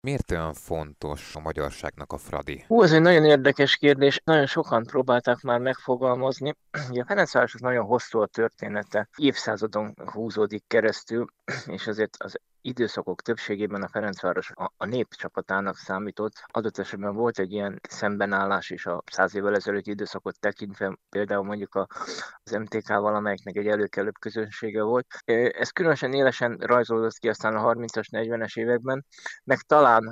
Miért olyan fontos a magyarságnak a Fradi? Hú, ez egy nagyon érdekes kérdés. Nagyon sokan próbálták már megfogalmazni. Ugye a Ferencvárosnak nagyon hosszú a története, évszázadon húzódik keresztül, és azért az időszakok többségében a Ferencváros a népcsapatának számított. Adott esetben volt egy ilyen szembenállás is a 100 évvel ezelőtti időszakot tekintve, például mondjuk az MTK-val, amelyiknek egy előkelőbb közönsége volt. Ez különösen élesen rajzolódott ki aztán a 30-as, 40-es években, meg talán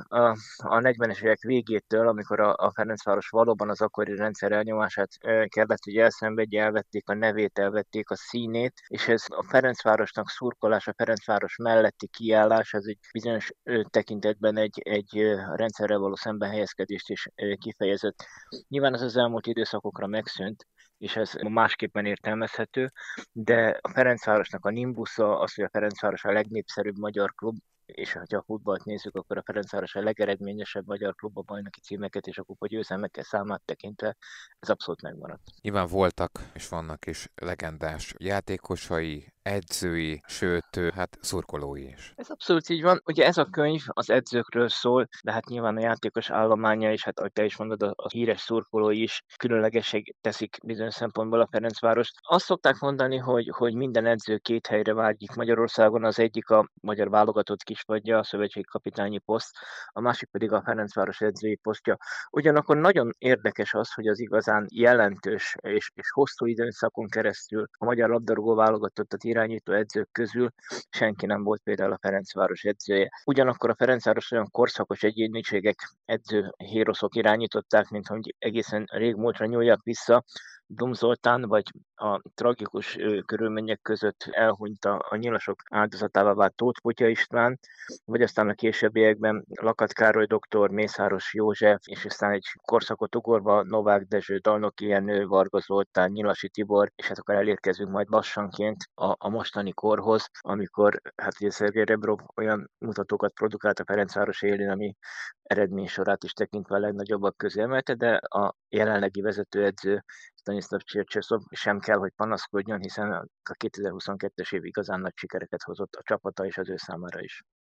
a 40-es évek végétől, amikor a Ferencváros valóban az akkori rendszer elnyomását kellett, hogy elszenvedje, elvették a nevét, elvették a színét, és ez a Ferencvárosnak szurkolás, a Ferencváros melletti kiállás, ez egy bizonyos tekintetben egy rendszerrel való szembenhelyezkedést is kifejezett. Nyilván az elmúlt időszakokra megszűnt, és ez másképpen értelmezhető, de a Ferencvárosnak a nimbusza, az, hogy a Ferencváros a legnépszerűbb magyar klub, és ha a futballt nézzük, akkor a Ferencváros a legeredményesebb magyar klub, a bajnoki címeket és a kupa győzelmekkel számát tekintve, ez abszolút megmaradt. Nyilván voltak és vannak is legendás játékosai, edzői, sőt, hát szurkolói is. Ez abszolút így van. Ugye ez a könyv az edzőkről szól, de hát nyilván a játékos állománya is, hát ahogy te is mondod, a híres szurkolói is különlegesség teszik bizonyos szempontból a Ferencvárost. Azt szokták mondani, hogy minden edző két helyre vágyik Magyarországon, az egyik a magyar válogatott kispadja, a szövetségi kapitányi poszt, a másik pedig a Ferencváros edzői posztja. Ugyanakkor nagyon érdekes az, hogy az igazán jelentős és hosszú időszakon keresztül a magyar labdarúgó válogatottat irányító edzők közül senki nem volt például a Ferencváros edzője. Ugyanakkor a Ferencváros olyan korszakos egyéniségek, edző héroszok irányították, mint hogy egészen régmúltra nyúljak vissza, Dum Zoltán, vagy a tragikus körülmények között elhunyt a nyilasok áldozatává vált Tóth Potya István, vagy aztán a későbbiekben Lakat Károly doktor, Mészáros József, és aztán egy korszakot ugorva Novák Dezső, Dalnoki Jenő, Varga Zoltán, Nyilasi Tibor, és hát akkor elérkezünk majd lassanként a mostani korhoz, amikor hát ugye Szergej Rebrov olyan mutatókat produkált a Ferencváros élén, ami eredménysorát is tekintve a legnagyobbak közé emelte, de a jelenlegi vezetőedző Stanislav Csircseszov sem kell, hogy panaszkodjon, hiszen a 2022-es év igazán nagy sikereket hozott a csapata és az ő számára is.